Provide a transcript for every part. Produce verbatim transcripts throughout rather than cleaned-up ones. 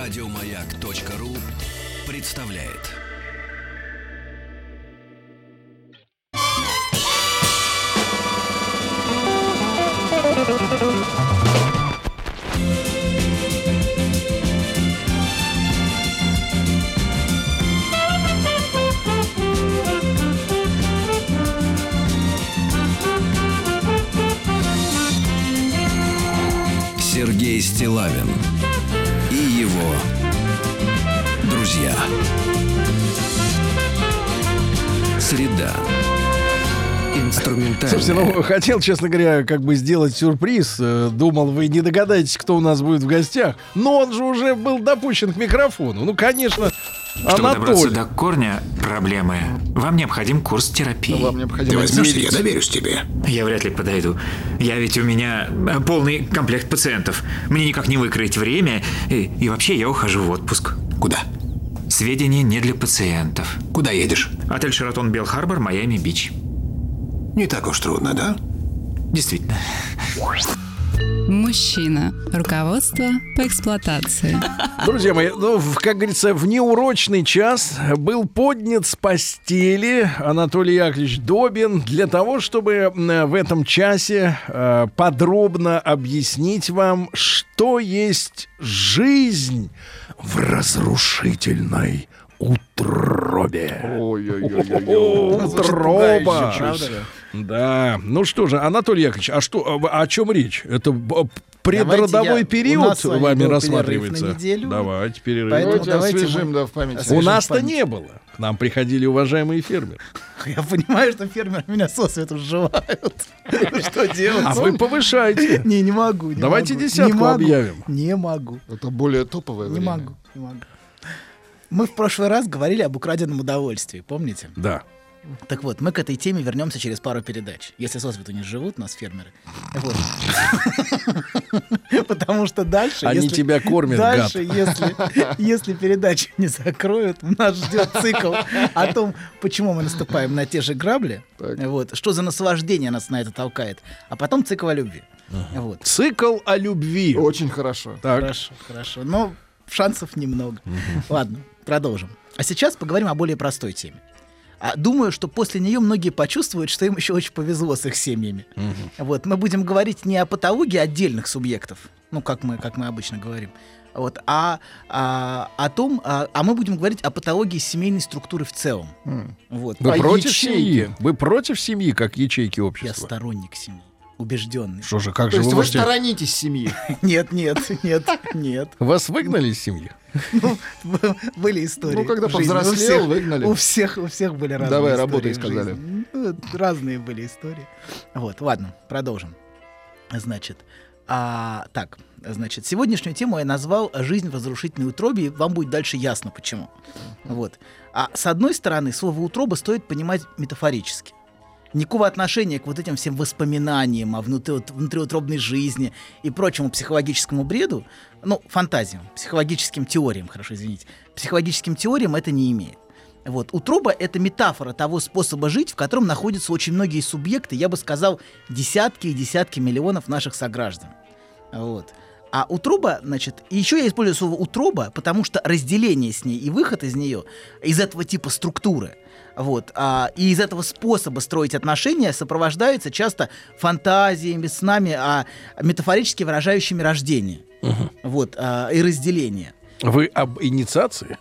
Радиомаяк.ру представляет. Сергей Стиллавин и его друзья. Среда. Инструментальная. Слушайте, ну, хотел, честно говоря, как бы сделать сюрприз. Думал, вы не догадаетесь, кто у нас будет в гостях. Но он же уже был допущен к микрофону. Ну, конечно, Чтобы Анатолий. добраться до корня проблемы, вам необходим курс терапии. Вам необходимо Ты возьмешься, верить. я доверюсь тебе. Я вряд ли подойду. Я ведь у меня полный комплект пациентов. Мне никак не выкроить время. И, и вообще я ухожу в отпуск. Куда? Сведения не для пациентов. Куда едешь? Отель «Шератон Белл-Харбор», Майами-Бич. Не так уж трудно, да? Действительно. Мужчина. Руководство по эксплуатации. Друзья мои, ну, в, как говорится, в неурочный час был поднят с постели Анатолий Яковлевич Добин для того, чтобы э, в этом часе э, подробно объяснить вам, что есть жизнь в разрушительной утробе. Ой-ой-ой. Утроба. Да. Ну что же, Анатолий Яковлевич, а что, о чем речь? Это б- предродовой я- у период нас с вами вами был рассматривается? перерыв на неделю. Давайте перерыв. Поэтому Давайте давайте освежим, мы- да, в памяти. У освежим нас-то память. не было. К нам приходили уважаемые фермеры. Я понимаю, что фермеры меня сосвету сживают. Что делать? А вы повышаете. Не, не могу. не Давайте могу. десятку Не могу. объявим. Не могу. Это более топовое Не время. могу. Не могу. Мы в прошлый раз говорили об украденном удовольствии, помните? Да. Так вот, мы к этой теме вернемся через пару передач. Если сосвету не живут, нас фермеры. Вот. Потому что дальше... Они если- тебя кормят, Дальше, гад. если, если передачи не закроют, нас ждет цикл о том, почему мы наступаем на те же грабли, вот, что за наслаждение нас на это толкает, а потом цикл о любви. Вот. Цикл о любви. Очень хорошо. Так. Хорошо, хорошо. Но шансов немного. Ладно, продолжим. А сейчас поговорим о более простой теме. А думаю, что после нее многие почувствуют, что им еще очень повезло с их семьями. Вот, мы будем говорить не о патологии отдельных субъектов, ну, как мы, как мы обычно говорим, вот, а, а о том, а, а мы будем говорить о патологии семейной структуры в целом. Вот. Вы А против ячейки? семьи? Вы против семьи, как ячейки Я общества? сторонник семьи, убежденный. Что же, как То же есть вы вы можете... сторонитесь семьи. Нет, нет, нет, нет. Вас выгнали из семьи? Ну, б- были истории. Ну, когда в жизни. повзрослел, У всех- выгнали. У всех, у всех были разные Давай, истории работай, в сказали. жизни. Ну, разные были истории. Вот, ладно, продолжим. Значит, а, так, значит, сегодняшнюю тему я назвал «Жизнь в разрушительной утробе», и вам будет дальше ясно, почему. Вот. А с одной стороны, слово «утроба» стоит понимать метафорически. Никакого отношения к вот этим всем воспоминаниям о внутри, внутриутробной жизни и прочему психологическому бреду, ну, фантазиям, психологическим теориям, хорошо, извините, психологическим теориям это не имеет. Вот. Утроба — это метафора того способа жить, в котором находятся очень многие субъекты, я бы сказал, десятки и десятки миллионов наших сограждан. Вот. А утроба, значит, и еще я использую слово утроба, потому что разделение с ней и выход из нее, из этого типа структуры, вот, а, и из этого способа строить отношения сопровождается часто фантазиями, снами, а, метафорически выражающими рождение, вот, а, и разделение. Вы об инициации?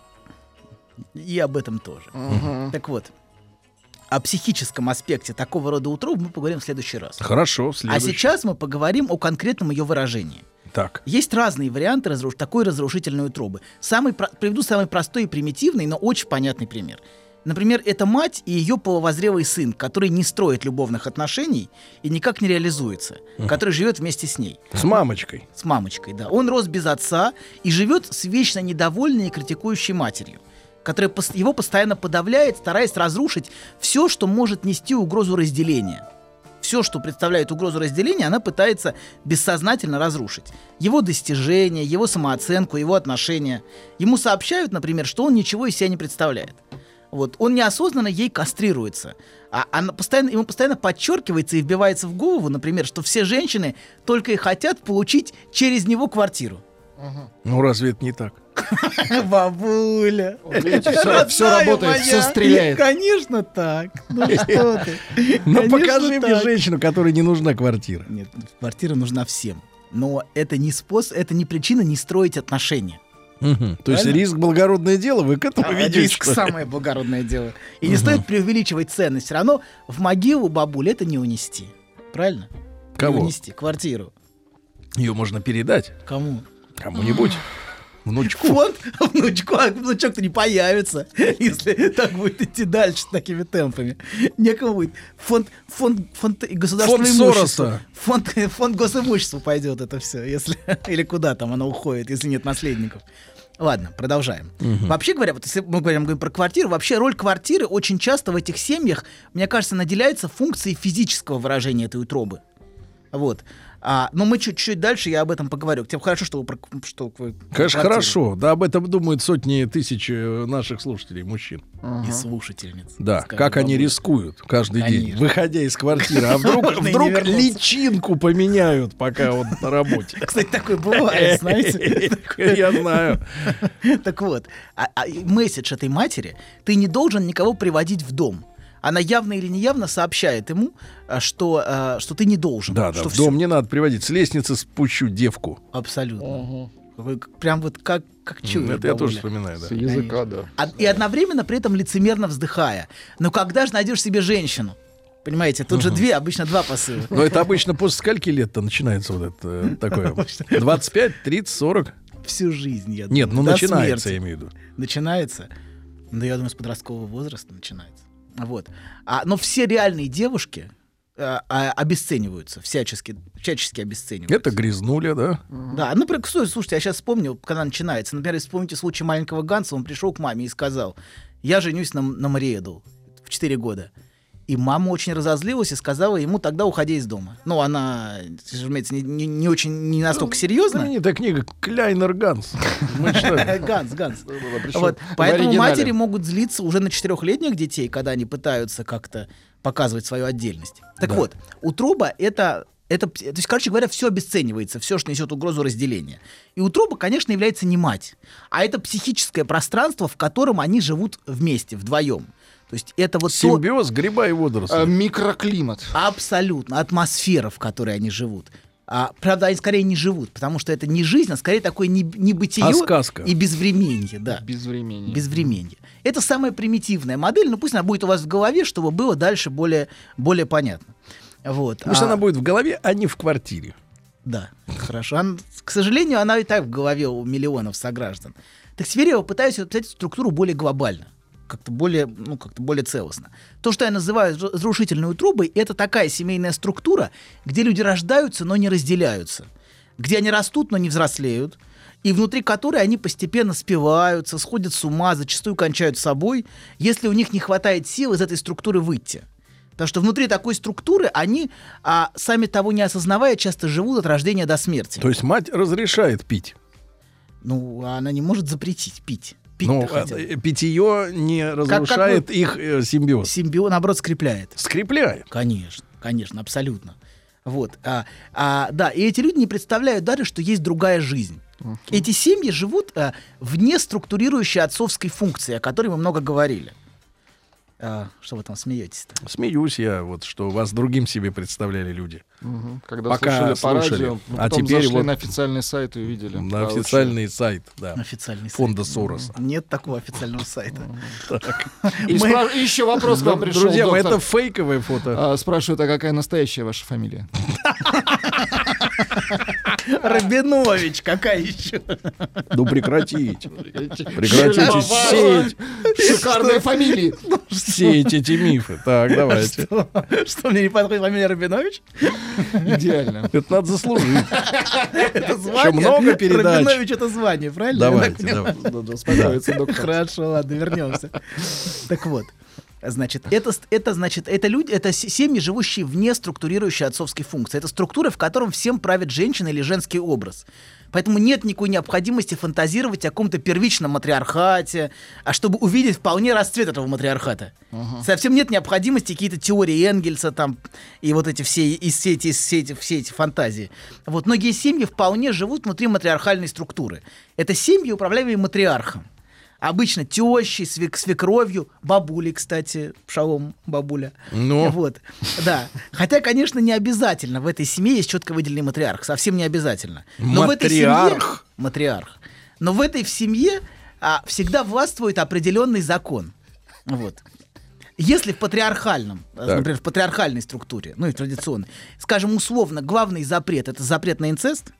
И об этом тоже. Так вот, о психическом аспекте такого рода утробы мы поговорим в следующий раз. Хорошо, в А следующий. сейчас мы поговорим о конкретном ее выражении. Так. Есть разные варианты разруш... такой разрушительной утробы. Самый про... Приведу самый простой и примитивный, но очень понятный пример. Например, это мать и ее половозрелый сын, который не строит любовных отношений и никак не реализуется, который живет вместе с ней. С мамочкой. С мамочкой, да. Он рос без отца и живет с вечно недовольной и критикующей матерью, которая пос- его постоянно подавляет, стараясь разрушить все, что может нести угрозу разделения. Все, что представляет угрозу разделения, она пытается бессознательно разрушить. Его достижения, его самооценку, его отношения. Ему сообщают, например, что он ничего из себя не представляет. Вот. Он неосознанно ей кастрируется. А она постоянно, ему постоянно подчеркивается и вбивается в голову, например, что все женщины только и хотят получить через него квартиру. Ну, разве это не так? Бабуля. Вот видите, всё- Родная всё работает, моя. всё стреляет. Конечно так. Ну что ты. Ну Конечно покажи мне так. женщину, которой не нужна квартира. Нет, квартира нужна всем. Но это не способ, это не причина не строить отношения. Мгм. То есть Правильно? риск благородное дело, вы к этому А, ведете? риск что ли? самое благородное дело. И не стоит преувеличивать ценность. Все равно в могилу бабуль это не унести. Правильно? Кого? Не унести квартиру. Ее можно передать Кому? кому-нибудь. Внучку. Фонд внучку, а внучок-то не появится, если так будет идти дальше такими темпами. Некому будет. Фонд, фонд, фонд государственного Фонд имущества. Сороса. Фонд, фонд госимущества пойдет это все, если или куда там оно уходит, если нет наследников. Ладно, продолжаем. Вообще говоря, вот если мы говорим, говорим про квартиру, вообще роль квартиры очень часто в этих семьях, мне кажется, наделяется функцией физического выражения этой утробы. Вот. А, но мы чуть-чуть дальше, я об этом поговорю. Тем хорошо, что вы про, что вы про Конечно, квартиру. хорошо. Да, об этом думают сотни тысяч э, наших слушателей, мужчин. И слушательниц. Да, скажем, как они бабуль. рискуют каждый день, Конечно. выходя из квартиры. А вдруг, Можно и не вдруг вернуться. личинку поменяют, пока он на работе. Кстати, такое бывает, знаете. Я знаю. Так вот, а- а месседж этой матери: ты не должен никого приводить в дом. Она явно или неявно сообщает ему, а, что, а, что ты не должен. Да, да, что в всё- дом не надо приводить. С лестницы спущу девку. Абсолютно. Вы к- прям вот как, как чует Это я тоже бабуля. вспоминаю, да. С языка, да. А- И одновременно при этом лицемерно вздыхая. Но когда же найдешь себе женщину? Понимаете, тут же две, обычно два посыла. Но это обычно после скольки лет-то начинается вот это э, такое? двадцать пять, тридцать, сорок? Всю жизнь, я Нет, ну думаю, до начинается, смерти. я имею в виду. Начинается. Ну, я думаю, с подросткового возраста начинается. Вот. А, но все реальные девушки а, а, обесцениваются, всячески, всячески обесцениваются. Это грязнуля, да? Да, ну, при- слушай, слушайте, я сейчас вспомнил, когда начинается. Например, если вспомните случай маленького Ганса, он пришел к маме и сказал: я женюсь на, на Мариэду в четыре года. И мама очень разозлилась и сказала ему: тогда уходи из дома. Ну, она, разумеется, не, не- не очень, не настолько серьезно. Знаменитая книга «Кляйнер Ганс». Мы читали. Ганс, Ганс. Причем Вот. в Поэтому оригинале. матери могут злиться уже на четырехлетних детей, когда они пытаются как-то показывать свою отдельность. Так Да. вот, утроба — это... Это, п- то есть, короче говоря, все обесценивается, все, что несет угрозу разделения. И утроба, конечно, является не мать, а это психическое пространство, в котором они живут вместе, вдвоем. То есть это вот то... Симбиоз гриба и А, водорослей. микроклимат. Абсолютно. Атмосфера, в которой они живут. А, правда, они скорее не живут, потому что это не жизнь, а скорее такое не, небытие А сказка. и безвременье. Да. Без времени. Безвременье. Это самая примитивная модель, но пусть она будет у вас в голове, чтобы было дальше более, более понятно. Вот. Пусть А, она будет в голове, а не в квартире. Да, хорошо. Ан- к сожалению, она и так в голове у миллионов сограждан. Так теперь я попытаюсь описать структуру более глобально, как-то более, ну, как-то более целостно. То, что я называю разру- разрушительной утробой, это такая семейная структура, где люди рождаются, но не разделяются, где они растут, но не взрослеют, и внутри которой они постепенно спиваются, сходят с ума, зачастую кончают собой, если у них не хватает сил из этой структуры выйти. Потому что внутри такой структуры они, а, сами того не осознавая, часто живут от рождения до смерти. То есть мать разрешает пить. Ну, она не может запретить пить. Пить-то Но хотя бы. э, питье не разрушает их э, симбиоз. Симбиоз, наоборот, скрепляет. Скрепляет. Конечно, конечно, абсолютно. Вот. А, а, да, и эти люди не представляют даже, что есть другая жизнь. Эти семьи живут а, вне структурирующей отцовской функции, о которой мы много говорили. А, что вы там смеетесь-то? Смеюсь я, вот что вас другим себе представляли люди. Мгм. Когда Пока слушали по слушали. радио, ну, А потом теперь зашли вот на официальный сайт и увидели. На Да, официальный сайт, да, Официальный сайт. фонда Сороса. Нет такого официального сайта. лучше. И, Мы- спра- и еще вопрос к вам пришел, Друзья мои, доктор. это фейковое фото. А, спрашивают, а какая настоящая ваша фамилия? Рабинович, какая еще? Ну прекратите. Прекратите сеять, Шикарные фамилии. сеять эти мифы. Так, давайте. Что, мне не подходит фамилия Рабинович? Идеально. Это надо заслужить. Это Еще много передач. Рабинович — это звание, правильно? Давайте, давайте. Надо успокоиться, доктор. Хорошо, ладно, вернемся. Так вот. Значит, это, это, значит, это люди, это с- семьи, живущие вне структурирующей отцовской функции. Это структура, в котором всем правит женщина или женский образ. Поэтому нет никакой необходимости фантазировать о каком-то первичном матриархате, а чтобы увидеть вполне расцвет этого матриархата. Uh-huh. Совсем нет необходимости какие-то теории Энгельса там и вот эти все, и все, эти, все, эти, все эти фантазии. Вот многие семьи вполне живут внутри матриархальной структуры. Это семьи, управляемые матриархом. Обычно тещей, свек, свекровью, бабулей, кстати, шалом, бабуля. Ну. Вот, да. Хотя, конечно, не обязательно в этой семье есть четко выделенный матриарх. Совсем не обязательно. Но Матриарх. в этой семье, матриарх. Но в этой в семье а, всегда властвует определенный закон. Вот. Если в патриархальном, Так. например, в патриархальной структуре, ну и традиционной, скажем, условно, главный запрет — это запрет на инцест,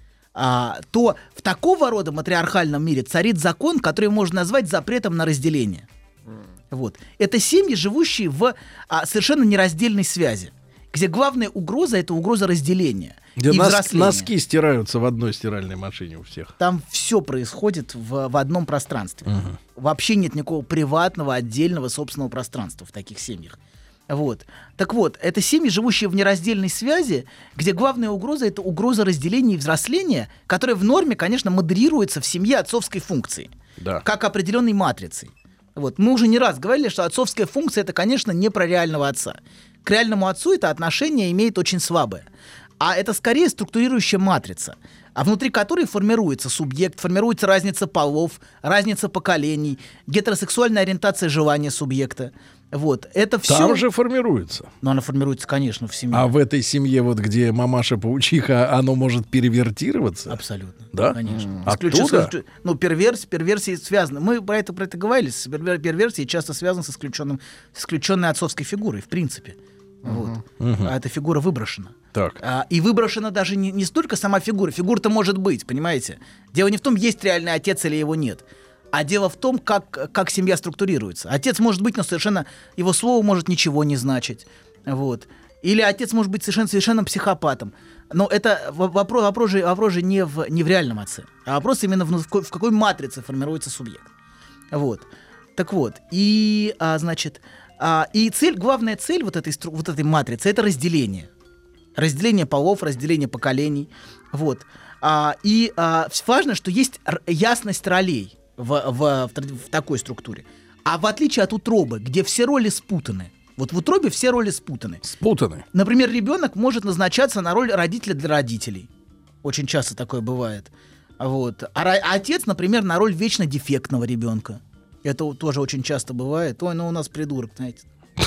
А, то в такого рода матриархальном мире царит закон, который можно назвать запретом на разделение. Вот. Это семьи, живущие в а, совершенно нераздельной связи, где главная угроза — это угроза разделения Где и нос- взросления. носки стираются в одной стиральной машине у всех. Там все происходит в, в одном пространстве. Вообще нет никакого приватного, отдельного, собственного пространства в таких семьях. Вот. Так вот, это семьи, живущие в нераздельной связи, где главная угроза — это угроза разделения и взросления, которая в норме, конечно, модерируется в семье отцовской функции, Да. как определенной матрицей. Вот. Мы уже не раз говорили, что отцовская функция — это, конечно, не про реального отца. К реальному отцу это отношение имеет очень слабое. А это скорее структурирующая матрица, а внутри которой формируется субъект, формируется разница полов, разница поколений, гетеросексуальная ориентация желания субъекта. Вот. Это все... Там же формируется. Но она формируется, конечно, в семье. А в этой семье, вот где мамаша-паучиха, оно может перевертироваться? Абсолютно. Да? Конечно. Оттуда? Исключ- Ну, перверс, перверсии связаны. Мы про это, про это говорили. С первер- перверсии часто связаны с, исключенным, с исключенной отцовской фигурой, в принципе. Вот. А эта фигура выброшена. Так. А, и выброшена даже не, не столько сама фигура. Фигура-то может быть, понимаете? Дело не в том, есть реальный отец или его нет. А дело в том, как, как семья структурируется. Отец может быть, но совершенно... Его слово может ничего не значить. Вот. Или отец может быть совершенно, совершенно психопатом. Но это вопрос, вопрос, же, вопрос же не в, не в реальном отце. А вопрос именно в, в, какой, в какой матрице формируется субъект. Вот. Так вот. И, а, значит... А, и цель, главная цель вот этой, стру, вот этой матрицы — это разделение. Разделение полов, разделение поколений. Вот. А, и а, важно, что есть р- ясность ролей в, в, в, в такой структуре. А в отличие от утробы, где все роли спутаны. Вот в утробе все роли спутаны. Спутаны. Например, ребенок может назначаться на роль родителя для родителей. Очень часто такое бывает. Вот. А, ра- а отец, например, на роль вечно дефектного ребенка. Это вот тоже очень часто бывает. Ой, ну у нас придурок, знаете.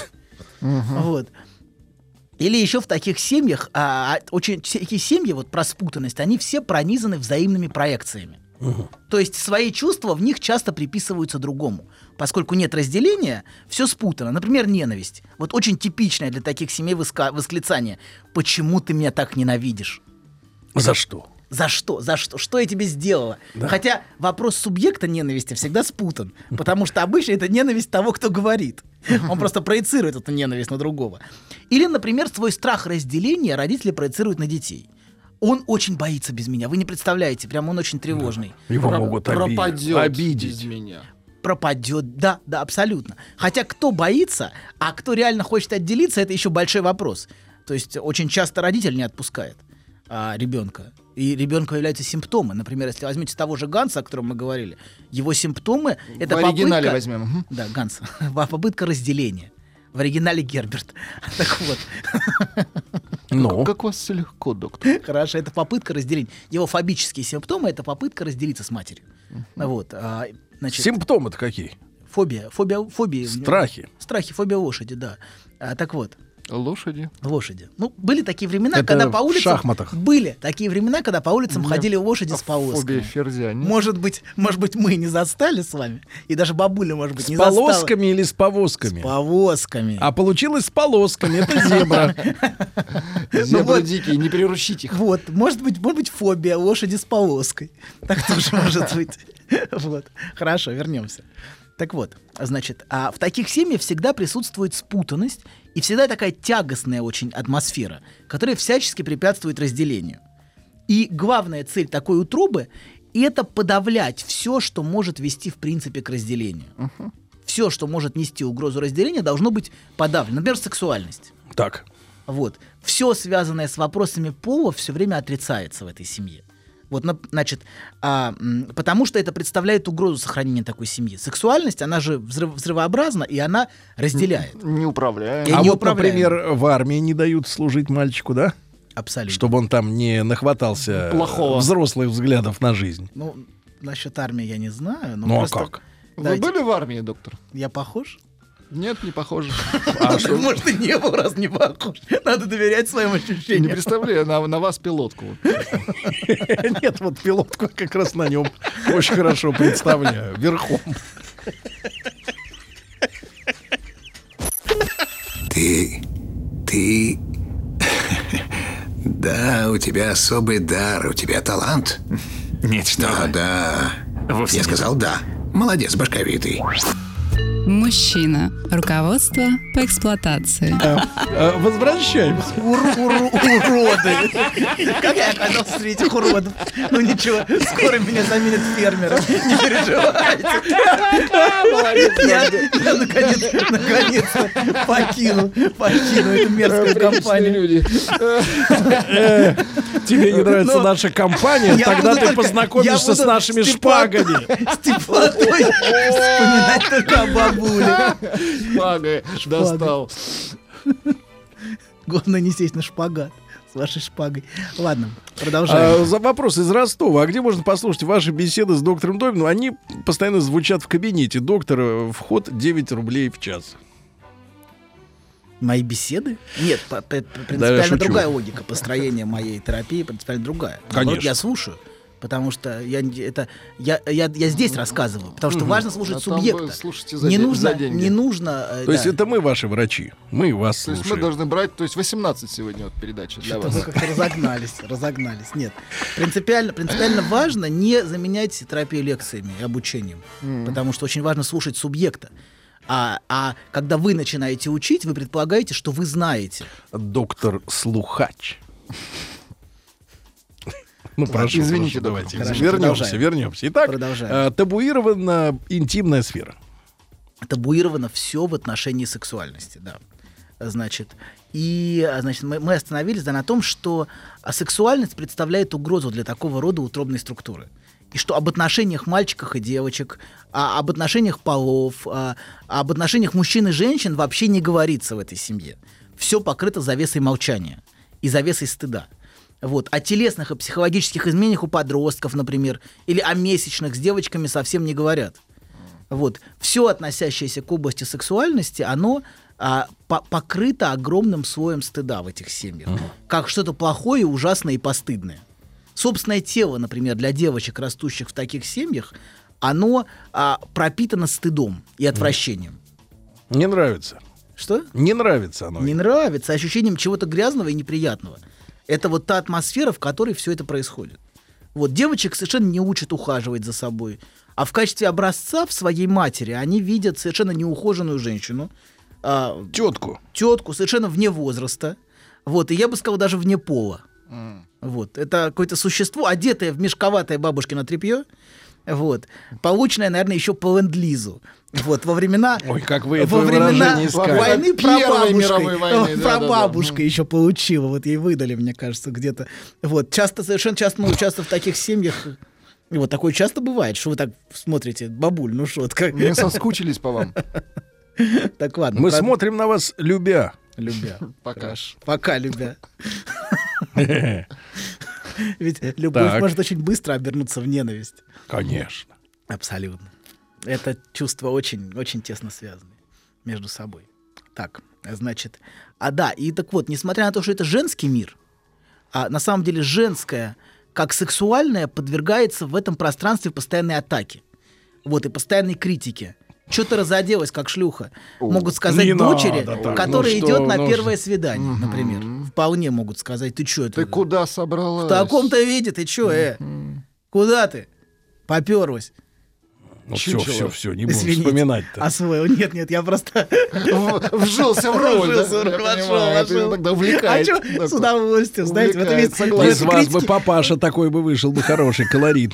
Вот. Или еще в таких семьях, а, а, очень такие семьи, вот про спутанность, они все пронизаны взаимными проекциями. То есть свои чувства в них часто приписываются другому. Поскольку нет разделения, все спутано. Например, ненависть. Вот очень типичное для таких семей выска- восклицание: «Почему ты меня так ненавидишь?» За что? За что? За что? Что я тебе сделала? Да. Хотя вопрос субъекта ненависти всегда спутан, потому что обычно это ненависть того, кто говорит. Он просто проецирует эту ненависть на другого. Или, например, свой страх разделения родители проецируют на детей. Он очень боится без меня. Вы не представляете, прям он очень тревожный. Его Про- могут оби- Пропадет обидеть. без меня. пропадет. Да, да, абсолютно. Хотя кто боится, а кто реально хочет отделиться, это еще большой вопрос. То есть очень часто родитель не отпускает а, ребенка. И ребенку появляются симптомы. Например, если возьмете того же Ганса, о котором мы говорили, его симптомы — это В оригинале попытка... возьмем. Мгм. Да, Ганса. Попытка разделения. В оригинале Герберт. Так вот. Ну, Как у вас все легко, доктор. Хорошо, это попытка разделения. Его фобические симптомы — это попытка разделиться с матерью. Вот. а, Значит, симптомы-то какие? фобия, фобия, фобии. Страхи. Страхи, фобия лошади, да. А, так вот, Лошади. лошади. Ну, были такие времена, Это когда по в улицам... шахматах. Были такие времена, когда по улицам У меня ходили лошади с Фобия повозками. ферзя. нет? Может быть, может быть, мы не застали с вами, и даже бабуля, может быть, С не застала. полосками или с повозками? С повозками. А получилось с полосками. Это зебра. Зебры вот. дикие, не приручить их. Вот, может быть, может быть, фобия лошади с повозкой. Так тоже может быть. Вот. Хорошо, вернемся. Так вот, значит, а в таких семьях всегда присутствует спутанность и всегда такая тягостная очень атмосфера, которая всячески препятствует разделению. И главная цель такой утробы — это подавлять все, что может вести в принципе к разделению. Все все, что может нести угрозу разделения, должно быть подавлено. Например, сексуальность. Так. Вот. Все, связанное с вопросами пола, все время отрицается в этой семье. Вот, значит, а, потому что это представляет угрозу сохранения такой семьи. Сексуальность, она же взрыв, взрывообразна, и она разделяет. Не управляем. И А не вот, управляем. например, в армии не дают служить мальчику, да? Абсолютно. Чтобы он там не нахватался Плохого. взрослых взглядов на жизнь. Ну, насчет армии я не знаю. Но Ну, а просто как? Вы дайте- были в армии, доктор? Я похож? Нет, не похоже. А что? Может, и не был, раз не похож. Надо доверять своим Не ощущениям. представляю, на, на вас пилотку. Нет, вот пилотку как раз на нем очень хорошо представляю. Верхом. Ты... ты... Да, у тебя особый дар, у тебя талант. Нет, что Да, вы. да. Вовсе Я нет. сказал да. Молодец, башковитый. Мужчина. Руководство по эксплуатации. А, Возвращаемся. Ур- ур- уроды. Как я оказался среди этих уродов? Ну ничего, скоро меня заменят фермером. Не переживайте. Я, я наконец, наконец-то покину, покину эту мерзкую компанию. люди. Тебе не нравится Но наша компания, я тогда буду ты только- познакомишься я с буду нашими с теплотой- шпагами. С теплотой вспоминать только о бабуле. Шпагой достал. Главное не сесть на шпагат с вашей шпагой. Ладно, продолжаем. А, за вопрос из Ростова. А где можно послушать ваши беседы с доктором Добиным? Они постоянно звучат в кабинете доктора. Вход девять рублей в час. Мои беседы? Нет, по- по- принципиально шучу. другая логика построения моей терапии, принципиально другая. Наоборот, Конечно. я слушаю, потому что я, не- это, я, я, я здесь рассказываю, потому что важно слушать А там субъекта. вы слушаете за Не де- нужно, за деньги. не нужно. э, То есть да. это мы ваши врачи. Мы вас То есть мы слушаем. должны брать, то есть восемнадцать сегодня вот передача для Что-то вас. вы как-то разогнались, разогнались. Нет. Принципиально, принципиально важно не заменять терапию лекциями и обучением. Потому что очень важно слушать субъекта. А, а когда вы начинаете учить, вы предполагаете, что вы знаете. Доктор Слухач. Ну, прошу, извините, прошу, доктор. давайте. Хорошо, вернемся, продолжаем. вернемся. Итак, Продолжаем. э, табуирована интимная сфера. Табуировано все в отношении сексуальности, да. Значит, и а, значит, мы, мы остановились да, на том, что а, сексуальность представляет угрозу для такого рода утробной структуры. И что об отношениях мальчиков и девочек, а, об отношениях полов, а, об отношениях мужчин и женщин вообще не говорится в этой семье. Все покрыто завесой молчания и завесой стыда. Вот. О телесных и психологических изменениях у подростков, например, или о месячных с девочками совсем не говорят. Вот. Все, относящееся к области сексуальности, оно а, по- покрыто огромным слоем стыда в этих семьях. Как что-то плохое, ужасное и постыдное. Собственное тело, например, для девочек, растущих в таких семьях, оно а, пропитано стыдом и отвращением. Не нравится. Что? Не нравится оно. Не нравится, ощущением чего-то грязного и неприятного. Это вот та атмосфера, в которой все это происходит. Вот девочек совершенно не учат ухаживать за собой, а в качестве образца в своей матери они видят совершенно неухоженную женщину, а, Тетку. тетку совершенно вне возраста, вот, и я бы сказал, даже вне пола. Вот, это какое-то существо, одетое в мешковатое бабушкино тряпье, вот, полученное, наверное, еще по ленд-лизу. Вот, во времена, Ой, как вы это во времена выражение сказали. войны Первой мировой прабабушкой, войны, да, прабабушка да, да. еще получила, вот ей выдали, мне кажется, где-то. Вот, часто, совершенно часто, ну, часто в таких семьях, и вот такое часто бывает, что вы так смотрите, бабуль, ну что, как... Мы соскучились по вам. Так, ладно. Мы про- смотрим на вас, любя. Любя. Пока. Хорошо. Пока, любя. Ведь любовь Так. может очень быстро обернуться в ненависть. Конечно. Абсолютно. Это чувства очень, очень тесно связаны между собой. Так, значит, а да, и так вот, несмотря на то, что это женский мир, а на самом деле женское, как сексуальное, подвергается в этом пространстве постоянной атаке. Вот, и постоянной критике. Что ты разоделась, как шлюха? Могут сказать не дочери, надо так. которая Ну что, идет на ну первое свидание, например. Вполне могут сказать, ты что это? Ты куда собралась? В таком-то виде, ты что, э? Куда ты? Поперлась. Ну все, Чучело. все, все, не будем Извините. вспоминать-то. Освоил. Нет, нет, я просто... В- Вжился в роль. да? Вжился в роль, Я вошел, понимаю, это вошел. тогда А увлекает. что, с доктор. удовольствием, знаете, в этом Увлекает, есть... согласен. Из вас бы папаша такой бы вышел бы хороший, колоритный.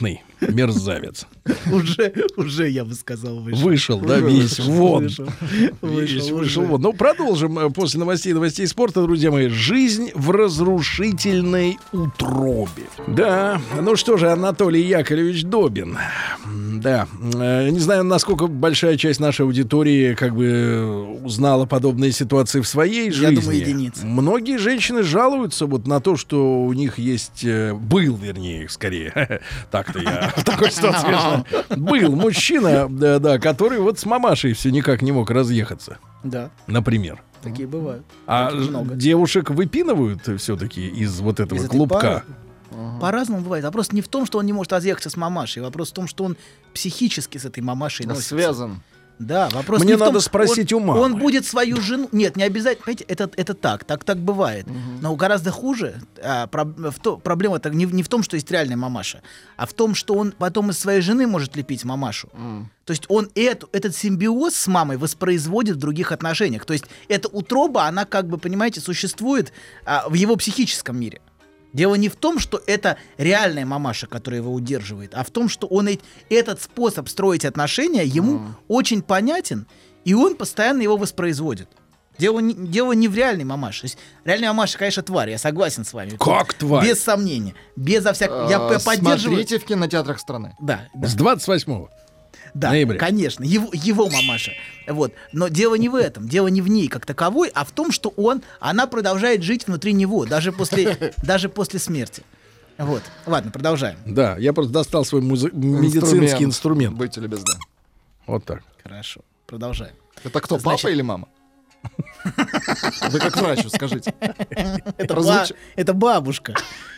Мерзавец. Уже, уже, я бы сказал, вышел. Вышел, да, весь вон. Вышел, Весь вышел, вышел уже. вон. Ну, продолжим э, после новостей, новостей спорта, друзья мои. Жизнь в разрушительной утробе. Да, ну что же, Анатолий Яковлевич Добин. Да, э, не знаю, насколько большая часть нашей аудитории как бы узнала подобные ситуации в своей Я жизни. думаю, единицы. Многие женщины жалуются вот на то, что у них есть... э, был, вернее, скорее. Так-то я в такой ситуации, конечно. Был мужчина, да, да, который вот с мамашей все никак не мог разъехаться, Да, например. такие бывают. А Таких много. девушек выпинывают все-таки из вот этого Из этой клубка. пары? По-разному бывает. Вопрос не в том, что он не может разъехаться с мамашей. Вопрос в том, что он психически с этой мамашей носится. Связан. Да, вопрос Мне не в том, надо спросить он, у мамы. Он будет свою жену... Нет, не обязательно. Понимаете, это, это так, так, так бывает. Но гораздо хуже. А, про- в то- проблема -то не, в- не в том, что есть реальная мамаша, а в том, что он потом из своей жены может лепить мамашу. То есть он эту, этот симбиоз с мамой воспроизводит в других отношениях. То есть эта утроба, она как бы, понимаете, существует а, в его психическом мире. Дело не в том, что это реальная мамаша, которая его удерживает, а в том, что он э- этот способ строить отношения ему mm. очень понятен, и он постоянно его воспроизводит. Дело не, дело не в реальной мамаше. То есть реальная мамаша, конечно, тварь, я согласен с вами. Как тварь? Без сомнения. Безо всякого... Я А, поддерживаю... Смотрите в кинотеатрах страны. Да, да. С двадцать восьмого Да, ноября. конечно, его, его мамаша. Вот. Но дело не в этом, дело не в ней как таковой, а в том, что он, она продолжает жить внутри него, даже после, даже после смерти. Вот. Ладно, продолжаем. Да, я просто достал свой музы- медицинский инструмент. Будьте любезны. Вот так. Хорошо, продолжаем. Это кто, Значит- папа или мама? Вы как врач, скажите. Это, Прозвуч- ба- это бабушка.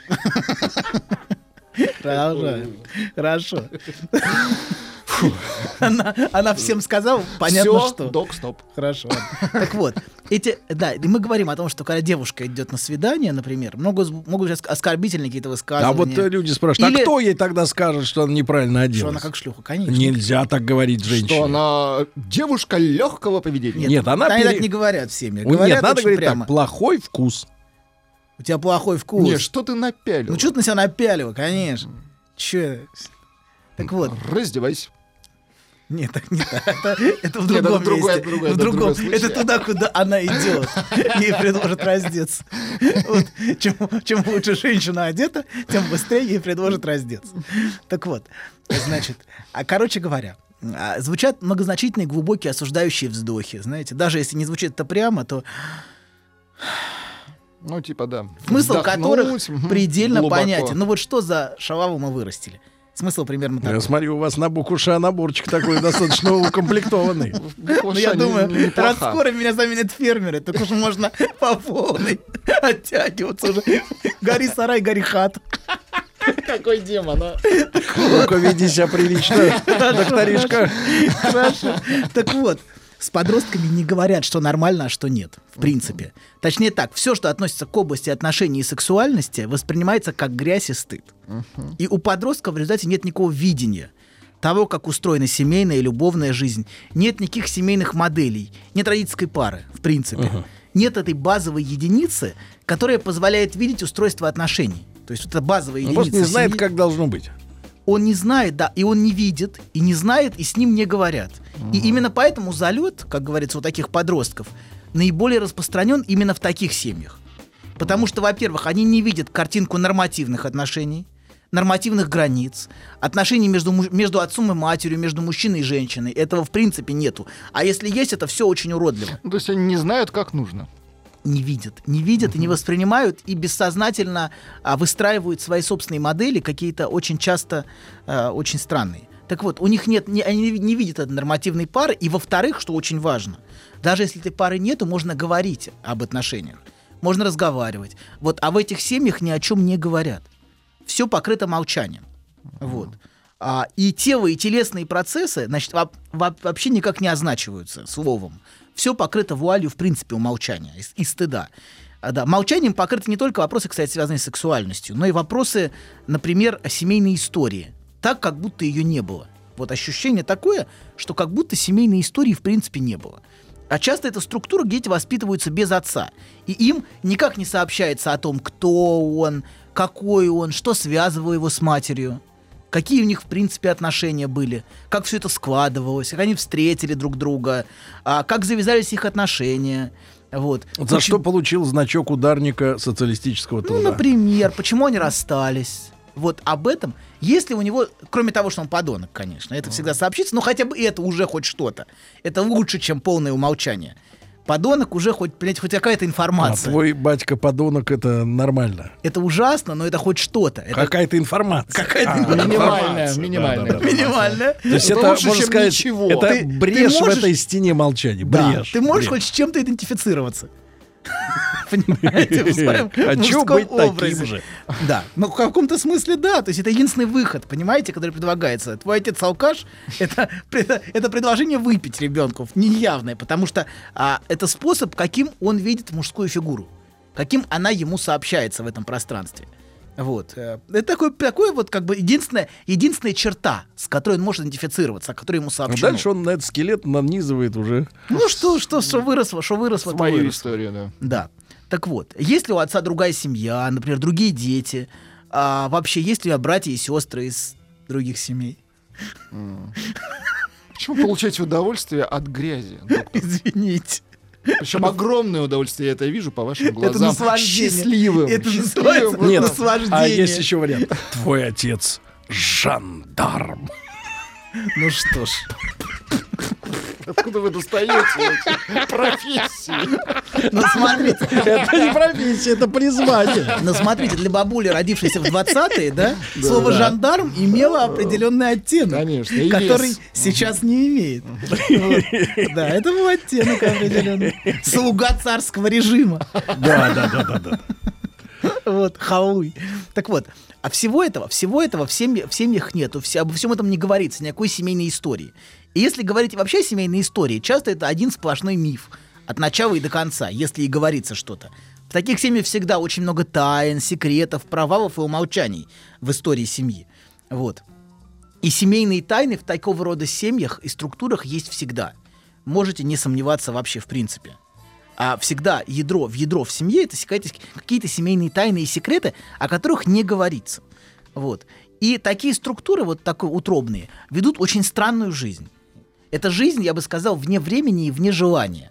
Продолжаем. Хорошо. Она, она всем сказала, понятно, Всё, что. док, стоп. Хорошо. ладно. Так вот, эти, да, и мы говорим о том, что когда девушка идет на свидание, например, могут, могут быть оскорбительные какие-то А высказывания. вот э, люди спрашивают, Или- а кто ей тогда скажет, что она неправильно Что оделась? она как шлюха, конечно. Нельзя так говорить женщине. Что она девушка легкого поведения. Нет, Нет, она они пере- так не говорят в семье. Ой, Говорят Нет, надо очень говорить прямо. так, плохой вкус. У тебя плохой вкус. Не, что ты напялил? Ну что ты на себя напялила, конечно. Че? Так вот. Раздевайся. Нет, так не так. Это, это в Нет, другом это другое, месте. другое, в это другом. другой случай. Это туда, куда она идет. Ей предложат раздеться. Вот. Чем, чем лучше женщина одета, тем быстрее ей предложат раздеться. Так вот, значит, а, короче говоря, а, звучат многозначительные, глубокие, осуждающие вздохи. Знаете, даже если не звучит это прямо, то Ну, типа, да. смысл Вздохнуть, которых мгм, предельно глубоко. понятен. Ну вот что за шалаву мы вырастили? Смысл примерно такой. Я смотрю, у вас на букву Ш наборчик такой достаточно укомплектованный. Ну, я Ша не- думаю, не- неплоха. раз скоро меня заменят фермеры, так уж можно по полной оттягиваться уже. Гори сарай, гори хата. Какой демон, а? Ну-ка, веди себя прилично, докторишка. Хорошо. Так вот, с подростками не говорят, что нормально, а что нет, в принципе. Точнее так, все, что относится к области отношений и сексуальности, воспринимается как грязь и стыд. И у подростков в результате нет никакого видения того, как устроена семейная и любовная жизнь. Нет никаких семейных моделей, нет родительской пары, в принципе. Нет этой базовой единицы, которая позволяет видеть устройство отношений. То есть это базовая Он единица. просто не знает, семьи. как должно быть. Он не знает, да, и он не видит, и не знает, и с ним не говорят. И именно поэтому залет, как говорится, у таких подростков, наиболее распространен именно в таких семьях. Потому что, во-первых, они не видят картинку нормативных отношений, нормативных границ, отношений между, му- между отцом и матерью, между мужчиной и женщиной. Этого в принципе нету. А если есть, это все очень уродливо. Ну, то есть они не знают, как нужно. Не видят, не видят и не воспринимают, и бессознательно а, выстраивают свои собственные модели, какие-то очень часто а, очень странные. Так вот, у них нет, не, они не видят этой нормативной пары, и во-вторых, что очень важно, даже если этой пары нету, можно говорить об отношениях, можно разговаривать. Вот, а в этих семьях ни о чем не говорят. Все покрыто молчанием. Вот. А, и тело, и телесные процессы, значит, во- во- вообще никак не означиваются словом. Все покрыто вуалью, в принципе, умолчания и, и стыда. А, да, молчанием покрыты не только вопросы, кстати, связанные с сексуальностью, но и вопросы, например, о семейной истории. Так, как будто ее не было. Вот ощущение такое, что как будто семейной истории в принципе не было. А часто это структура, где дети воспитываются без отца. И им никак не сообщается о том, кто он, какой он, что связывало его с матерью. какие у них, в принципе, отношения были, как все это складывалось, как они встретили друг друга, а, как завязались их отношения. Вот. Вот за Почему- что получил значок ударника социалистического Ну, труда? например, почему они расстались. Вот об этом, если у него, кроме того, что он подонок, конечно, это всегда сообщится, но хотя бы это уже хоть что-то. Это лучше, чем полное умолчание. Подонок уже хоть, блядь, хоть какая-то А информация. твой батька подонок, это нормально. Это ужасно, но это хоть что-то. Это Какая-то информация. какая-то А, информация. Минимальная, информация, минимальная. да-да-да. минимальная. То есть Это это, лучше, можно чем сказать, ничего. это Ты- ты брешь в можешь- этой стене молчания. Да, Брешь. ты можешь брешь. хоть с чем-то идентифицироваться. Понимаете, в своем А чё мужском быть таким образе. же? Да, но в каком-то смысле да. То есть это единственный выход, понимаете, который предлагается. Твой отец алкаш, это, это, это предложение выпить ребенку неявное, потому что а, это способ, каким он видит мужскую фигуру, каким она ему сообщается в этом пространстве. Вот. э, Это такой, такой вот как бы единственная, единственная черта, с которой он может идентифицироваться, о которой ему А сообщено. дальше он на этот скелет нанизывает уже. Ну что, что, что выросло, что выросло, то Мою выросло. историю, да. Да. Так вот, есть ли у отца другая семья, например, другие дети? А вообще, есть ли у него братья и сестры из других семей? Почему получаете удовольствие от грязи, доктор? Извините. Причем огромное удовольствие, я это вижу по вашим глазам. наслаждение. Счастливым. Это счастливым. называется Нет, наслаждение. а есть еще вариант. Твой отец жандарм. Ну что ж. Откуда вы достаете эти профессии? Ну смотрите, Это не профессия, это призвание. ну смотрите, для бабули, родившейся в двадцатые, да, слово жандарм имело определенный оттенок, Конечно, и который вес. сейчас не имеет. Вот. Да, это был оттенок определенный. Слуга царского режима. Да, да, да, да, да. Вот, хауй. Так вот, а всего этого, всего этого в, семье, в семьях нету, все, обо всем этом не говорится, никакой семейной истории. И если говорить вообще о семейной истории, часто это один сплошной миф, от начала и до конца, если и говорится что-то. В таких семьях всегда очень много тайн, секретов, провалов и умолчаний в истории семьи. Вот. И семейные тайны в такого рода семьях и структурах есть всегда. Можете не сомневаться вообще в принципе. А всегда ядро, в ядро в семье это какие-то семейные тайны и секреты, о которых не говорится. Вот. И такие структуры, вот такой утробные, ведут очень странную жизнь. Это жизнь, я бы сказал, вне времени и вне желания.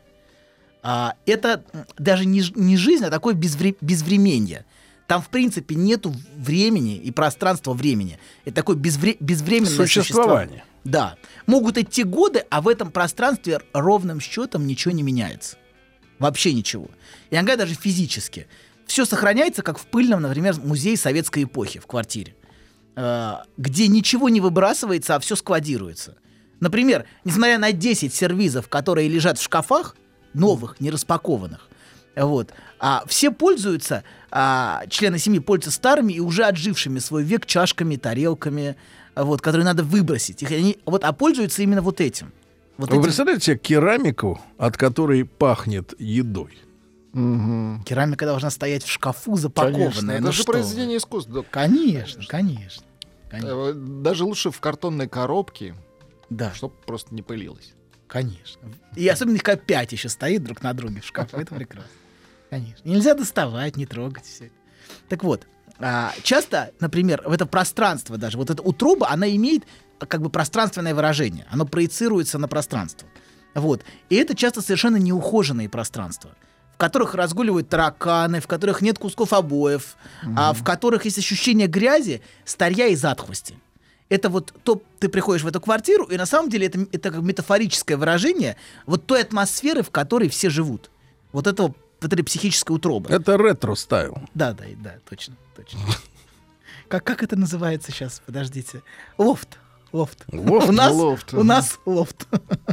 А, это даже не, не жизнь, а такое безвре- безвременье. Там, в принципе, нету времени и пространства времени. Это такое безвре- безвременное Существование. существование. Да. Могут идти годы, а в этом пространстве ровным счетом ничего не меняется. Вообще ничего. И иногда даже физически. Все сохраняется, как в пыльном, например, музее советской эпохи в квартире, э, где ничего не выбрасывается, а все складируется. Например, несмотря на десять сервизов, которые лежат в шкафах, новых, не распакованных, вот, а все пользуются, а, члены семьи пользуются старыми и уже отжившими свой век чашками, тарелками, вот, которые надо выбросить. Их они, вот, а пользуются именно вот этим. Вот Вы этим. представляете себе керамику, от которой пахнет едой? Мгм. Керамика должна стоять в шкафу Конечно, запакованная. это Ну же что вы. произведение искусства. доктор. Конечно, конечно. Конечно. Э, Даже лучше в картонной коробке, Да, чтобы просто не пылилось. конечно. И особенно их как пять еще стоит друг на друге в шкафу. Это прекрасно. Конечно. Нельзя доставать, не трогать все это. Так вот, а, часто, например, в это пространство даже, вот эта утроба, она имеет а, как бы пространственное выражение. Оно проецируется на пространство. Вот. И это часто совершенно неухоженные пространства, в которых разгуливают тараканы, в которых нет кусков обоев, а в которых есть ощущение грязи, старья и затхлости. Это вот то, ты приходишь в эту квартиру, и на самом деле это, это как метафорическое выражение вот той атмосферы, в которой все живут. Вот этого, вот этой психической утробы. Это ретро-стайл. Да, да, да, точно, точно. Как, как это называется сейчас? Подождите. Лофт. Лофт. Лофт, у нас лофт, у ага. нас лофт.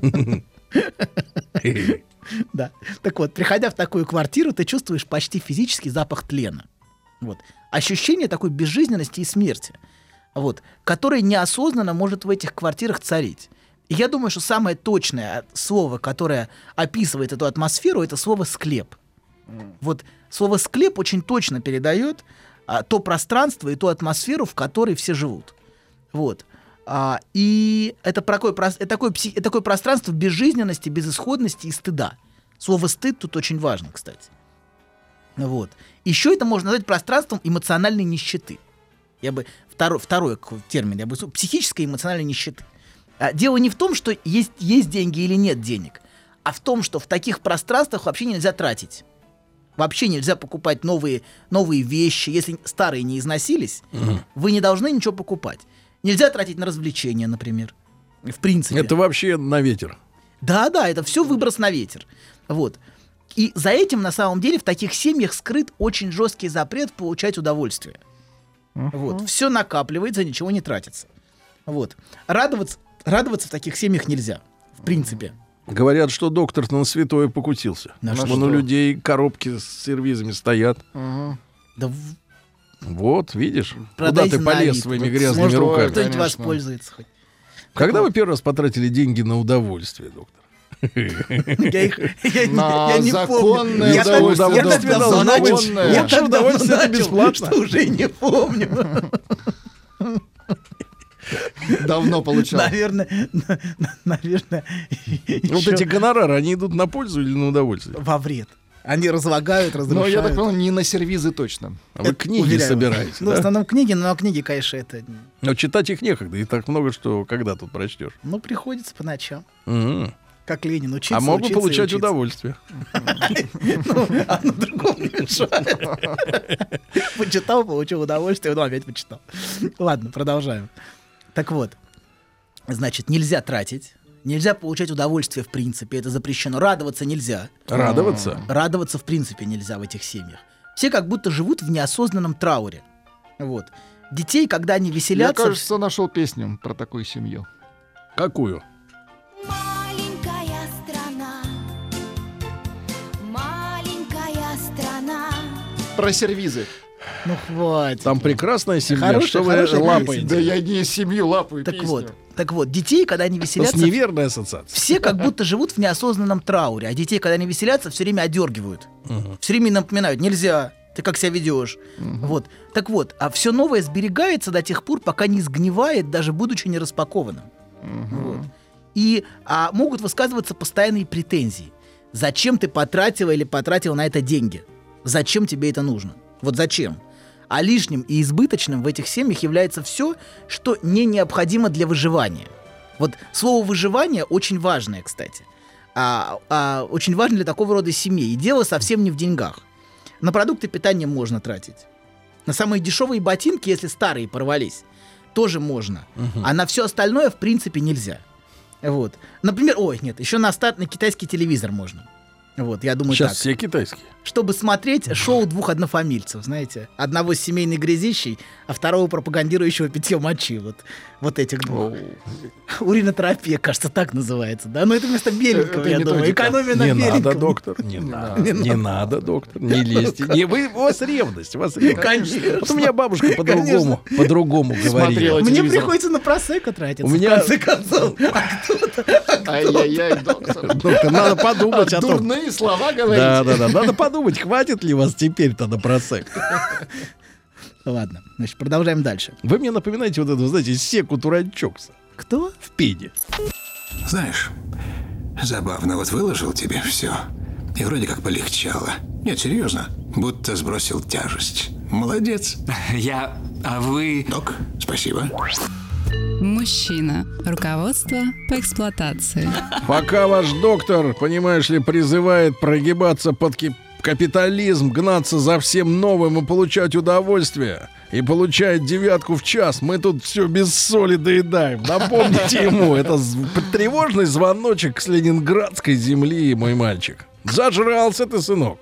Да. Так вот, приходя в такую квартиру, ты чувствуешь почти физический запах тлена. Вот. Ощущение такой безжизненности и смерти, вот, которое неосознанно может в этих квартирах царить. И я думаю, что самое точное слово, которое описывает эту атмосферу, это слово «склеп». Вот слово «склеп» очень точно передает а, то пространство и ту атмосферу, в которой все живут. Вот. А, и это такое, это, такое, это такое пространство безжизненности, безысходности и стыда. Слово «стыд» тут очень важно, кстати. Вот. Еще это можно назвать пространством эмоциональной нищеты. Я бы второй, второй термин, я бы психической и эмоциональной нищеты. А, дело не в том, что есть, есть деньги или нет денег, а в том, что в таких пространствах вообще нельзя тратить. Вообще нельзя покупать новые, новые вещи. Если старые не износились, угу. вы не должны ничего покупать. Нельзя тратить на развлечения, например. В принципе. Это вообще на ветер. Да-да, это все выброс на ветер. Вот. И за этим, на самом деле, в таких семьях скрыт очень жесткий запрет получать удовольствие. Uh-huh. Вот. Все накапливается, ничего не тратится. Вот. Радоваться, радоваться в таких семьях нельзя, в принципе. Говорят, что доктор на святое покутился. На что что? у людей коробки с сервизами стоят. Uh-huh. Да в... Вот, видишь, Продайте куда ты полез вид. своими Вот грязными может, руками. Кто-нибудь воспользуется хоть. Когда Так вы первый раз потратили деньги на удовольствие, доктор? Я их я, На я не законное помню. Я так- удовольствие. я так давно Законное. начал, я Лучше так давно удовольствие это начал, бесплатно. что уже не помню. Давно получал. Наверное, на- на- наверное, Вот ещё эти гонорары, они идут на пользу или на удовольствие? во вред. Они разлагают, Но разрушают. я так понял, не на сервизы точно. А вы Это книги уверяю. собираете, Ну, в да? основном книги, но книги, конечно, это... Но читать их некогда, и так много, что когда тут прочтешь. Ну, приходится по ночам. Мгм. Как Ленин, учиться, А мог бы учиться и получать учиться. удовольствие. Ну, одно другому не мешает. Почитал, получил удовольствие, потом опять почитал. Ладно, продолжаем. Так вот, значит, нельзя тратить, нельзя получать удовольствие в принципе, это запрещено. Радоваться нельзя. Радоваться. Радоваться в принципе нельзя в этих семьях. Все как будто живут в неосознанном трауре. Вот. Детей, когда они Я, веселятся... кажется, нашел песню про такую семью. Какую? Маленькая страна, маленькая страна. Про сервизы. Ну, хватит. Там прекрасная семья, Хорошая- что вы хорошая лапаете. Да я не семью лапаю Так песню. вот, так вот, детей, когда они Это с веселятся... неверной ассоциацией. Все как будто живут в неосознанном трауре, а детей, когда они веселятся, все время одергивают. Все время напоминают, нельзя, ты как себя ведешь. Вот. Так вот, а все новое сберегается до тех пор, пока не сгнивает, даже будучи не распакованным. Вот. И а, могут высказываться постоянные претензии. Зачем ты потратила или потратил на это деньги? Зачем тебе это нужно? Вот зачем? А лишним и избыточным в этих семьях является все, что не необходимо для выживания. Вот слово «выживание» очень важное, кстати. А, а, очень важно для такого рода семьи. И дело совсем не в деньгах. На продукты питания можно тратить. На самые дешевые ботинки, если старые порвались, тоже можно. Uh-huh. А на все остальное, в принципе, нельзя. Вот. Например, ой, нет, еще на, стат, на китайский телевизор можно. Вот, я думаю, Сейчас так. все китайские. Чтобы смотреть шоу двух однофамильцев, знаете. Одного с семейной грязищей, а второго пропагандирующего питье мочи. Вот, вот этих двух. Уринотерапия, кажется, так называется. Да? Но это вместо беленького, Это я думаю. методика. Экономия на Не беленьком. надо, доктор, не надо. Не Не надо, доктор, не лезьте. Не, вы, у вас ревность, у вас ревность. Конечно. Вот у меня бабушка по-другому, по-другому Смотрела. говорила. Мне телевизор. приходится на просека тратиться, У меня- в конце концов. А кто-то... Ай-яй-яй, доктор. Доктор, надо подумать о том. Дурные слова говорите. Да, да, да. Надо подумать, хватит ли вас теперь-то на просек. Ладно, значит, продолжаем дальше. Вы мне напоминаете вот эту, знаете, секу Туранчокса Кто? в пене. Знаешь, забавно, вот выложил тебе все, и вроде как полегчало. Нет, серьезно, будто сбросил тяжесть. Молодец. Я... А вы... Док, спасибо. Мужчина. Руководство по эксплуатации. Пока ваш доктор, понимаешь ли, призывает прогибаться под ки- капитализм, гнаться за всем новым и получать удовольствие, и получает девятку в час, мы тут все без соли доедаем. Напомните ему, это з- тревожный звоночек с ленинградской земли, мой мальчик. Зажрался ты, сынок.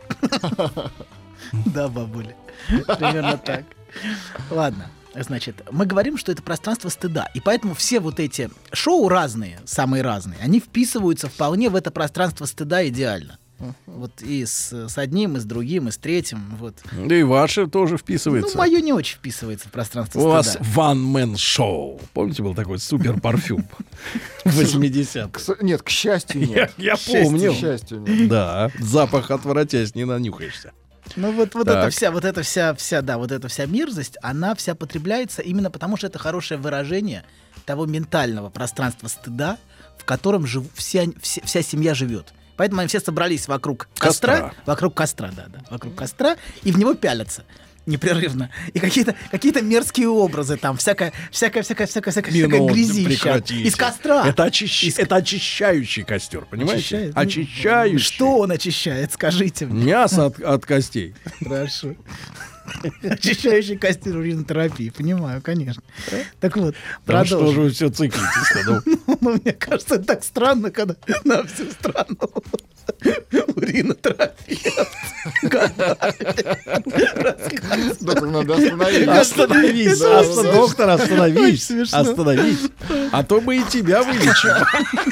Да, бабуля. Примерно так. Ладно. Значит, мы говорим, что это пространство стыда. И поэтому все вот эти шоу разные, самые разные, они вписываются вполне в это пространство стыда идеально. Вот и с, с одним, и с другим, и с третьим. Вот. Да и ваше тоже Ну, вписывается. мое не очень вписывается в пространство У стыда. вас one-man-шоу. Помните, был такой супер-парфюм в восьмидесятых? К с- Нет, к счастью, Я, нет. я К счастью, помню. К счастью, нет. Да, запах отвратясь, не нанюхаешься. Ну вот, вот Так. эта вся, вот эта вся, вся, да, вот эта вся мерзость, она вся потребляется именно потому, что это хорошее выражение того ментального пространства стыда, в котором жив, вся, вся, вся семья живет. Поэтому они все собрались вокруг костра, Костра. вокруг костра, да, да, вокруг костра, и в него пялятся. непрерывно. И какие-то какие-то мерзкие образы там, всякая, всякая, всякая, всякая, всякая, всякая грязища. Прекратите. Из костра. Это, очищ... Из... это очищающий костер, понимаете? Очищает? Очищающий. Что он очищает, скажите мне. Мясо от, от костей. Хорошо. Очищающий костер уринотерапии, понимаю, конечно. Так вот, Да что же продолжим. вы все циклитесь-то? Ну, Ну, мне кажется, это так странно, когда на всю страну уринотерапия. Доктор, надо остановиться. Остановись, Это оста- очень доктор, остановись, Очень смешно. остановись. А то мы и тебя вылечим.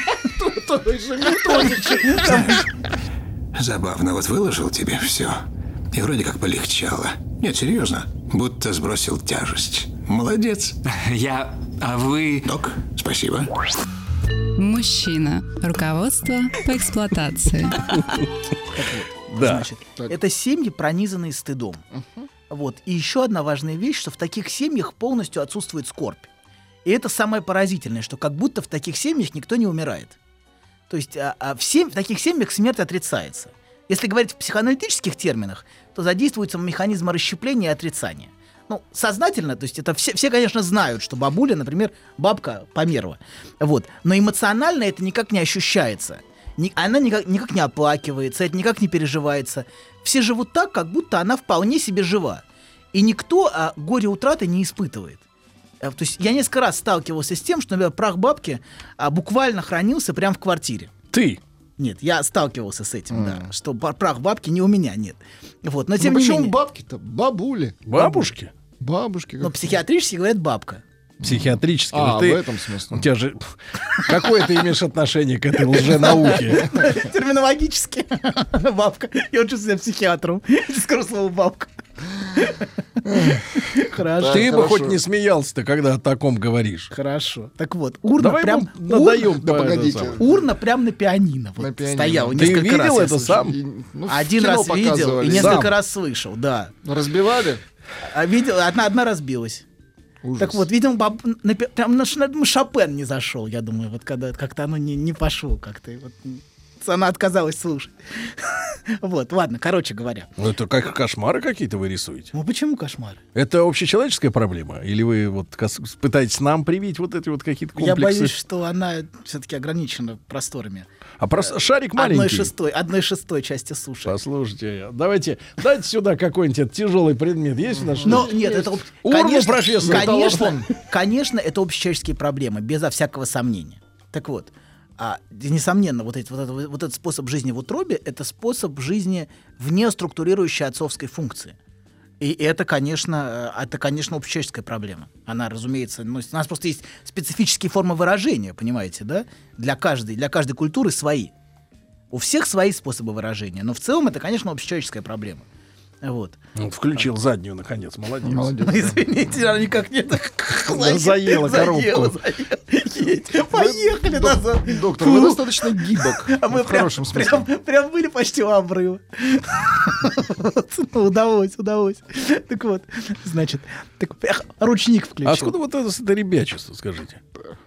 Забавно, вот выложил тебе все. И вроде как полегчало. Нет, серьезно. Будто сбросил тяжесть. Молодец. Я... А вы... Док, спасибо. Мужчина. Руководство по эксплуатации. Да. Значит, это семьи, пронизанные стыдом. Вот. И еще одна важная вещь, что в таких семьях полностью отсутствует скорбь. И это самое поразительное, что как будто в таких семьях никто не умирает. То есть а, а в, сем... в таких семьях смерть отрицается. Если говорить в психоаналитических терминах, то задействуется механизм расщепления и отрицания. Ну, сознательно, то есть это все, все, конечно, знают, что бабуля, например, бабка померла. Вот. Но эмоционально это никак не ощущается. Ни, она никак, никак не оплакивается, это никак не переживается. Все живут так, как будто она вполне себе жива. И никто а, горе утраты не испытывает. А, то есть я несколько раз сталкивался с тем, что, например, прах бабки а, буквально хранился прямо в квартире. Ты. Нет, я сталкивался с этим, mm. да, что прах бабки не у меня нет. Вот, но тем Ну не почему менее. бабки-то? Бабули. Бабушки? Бабушки. Но как- психиатрически говорят бабка. Психиатрически. А, Ну, ты- в этом смысле. У тебя же... Какое ты имеешь отношение к этой лженауке? Терминологически. Бабка. Я чувствую себя психиатром. Скажу слово бабка. Хорошо. Ты бы хорошо. хоть не смеялся-то, когда о таком говоришь. Хорошо. Так вот, урна Давай прям... ему надаем. урна- Да по- это погодите. самое. Урна прям на пианино. Вот На пианино. стояла. Ты Несколько видел раз я это слышал. сам? И, ну, в Один кино раз видел и показывали. несколько Сам. раз слышал, да. Разбивали? А видел, одна, одна разбилась. Ужас. Так вот, видимо, баб, на, пи- прям на, ш- на Шопен не зашел, я думаю, вот когда как-то оно не, не пошло как-то. Вот, она отказалась слушать. Вот, ладно, короче говоря. Ну, это как кошмары какие-то вы рисуете. Ну почему кошмар? Это общечеловеческая проблема? Или вы вот кос- пытаетесь нам привить вот эти вот какие-то Я комплексы? боюсь, что она все-таки ограничена просторами. А просто шарик Одной маленький. шестой, одной шестой части суши. Послушайте, давайте, дайте сюда какой-нибудь этот тяжелый предмет. Есть у нас Но что-то? нет, это об- Урну, конечно, профессор, конечно, конечно, это общечеловеческие проблемы, безо всякого сомнения. Так вот, а, несомненно, вот, эти, вот, это, вот этот способ жизни в утробе — это способ жизни вне структурирующей отцовской функции. И это, конечно, э, это, конечно, общечеловеческая проблема. Она, разумеется, ну, у нас просто есть специфические формы выражения, понимаете, да? Для каждой, для каждой культуры свои. У всех свои способы выражения. Но в целом это, конечно, общечеловеческая проблема. Вот. Ну, включил заднюю, наконец, молодец. Молодец. Ну, извините, она никак не так. Да заела коробку. Поехали назад. Доктор, вы достаточно гибок. А мы в прям, хорошем смысле. прям, прям были почти у обрыва. Вот, ну, удалось, удалось. Так вот, значит, так, эх, ручник А включил. откуда вот это, это ребячество, скажите?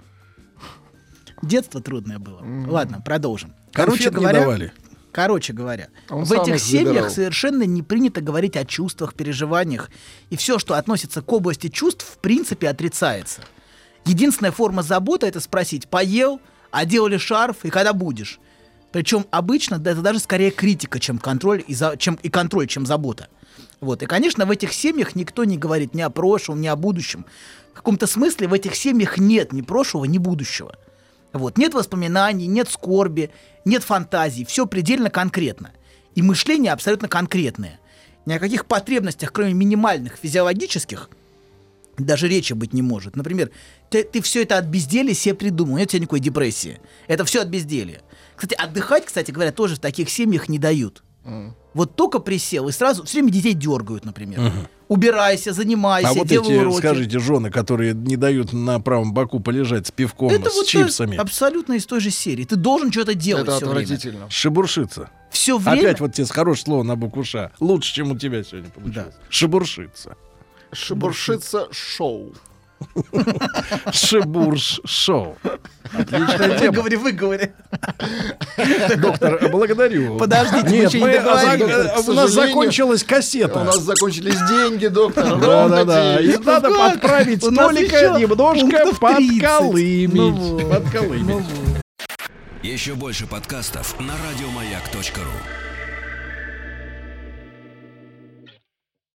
Детство трудное было. Ладно, продолжим. Короче Короче говоря, давали. Короче говоря, Он в сам этих их семьях забирал. совершенно не принято говорить о чувствах, переживаниях. И все, что относится к области чувств, в принципе отрицается. Единственная форма заботы — это спросить: поел, одел ли шарф и когда будешь. Причем обычно да, это даже скорее критика, чем контроль, и, за, чем, и контроль, чем забота. Вот. И, конечно, в этих семьях никто не говорит ни о прошлом, ни о будущем. В каком-то смысле в этих семьях нет ни прошлого, ни будущего. Вот. Нет воспоминаний, нет скорби, нет фантазий. Все предельно конкретно. И мышление абсолютно конкретное. Ни о каких потребностях, кроме минимальных физиологических, даже речи быть не может. Например, ты, ты все это от безделия себе придумал. Нет у тебя никакой депрессии. Это все от безделия. Кстати, отдыхать, кстати говоря, тоже в таких семьях не дают. Mm. Вот только присел, и сразу все время детей дергают, например. Uh-huh. Убирайся, занимайся, а вот делай эти, уроки. скажите, жены, которые не дают на правом боку полежать с пивком, это с вот чипсами. Абсолютно из той же серии. Ты должен что-то делать Это все время. отвратительно. Шебуршиться. Все время. Опять вот тебе хорошее слово на букву Ш. Лучше, чем у тебя сегодня получилось. Да. Шебуршиться. Шебуршиться шоу. Шебурш-шоу. Отличная тема. Выговори, выговори. Доктор, благодарю. Подождите, мы Нет, еще не мы, договорили. доктор, К у нас сожалению, закончилась У кассета. нас закончились деньги, доктор. Да, ровно да, да. И деньги. надо как? подправить У нас Толика еще немножко пунктов тридцать. подколымить. Ну вот. Подколымить. Еще больше подкастов на радиомаяк точка ру.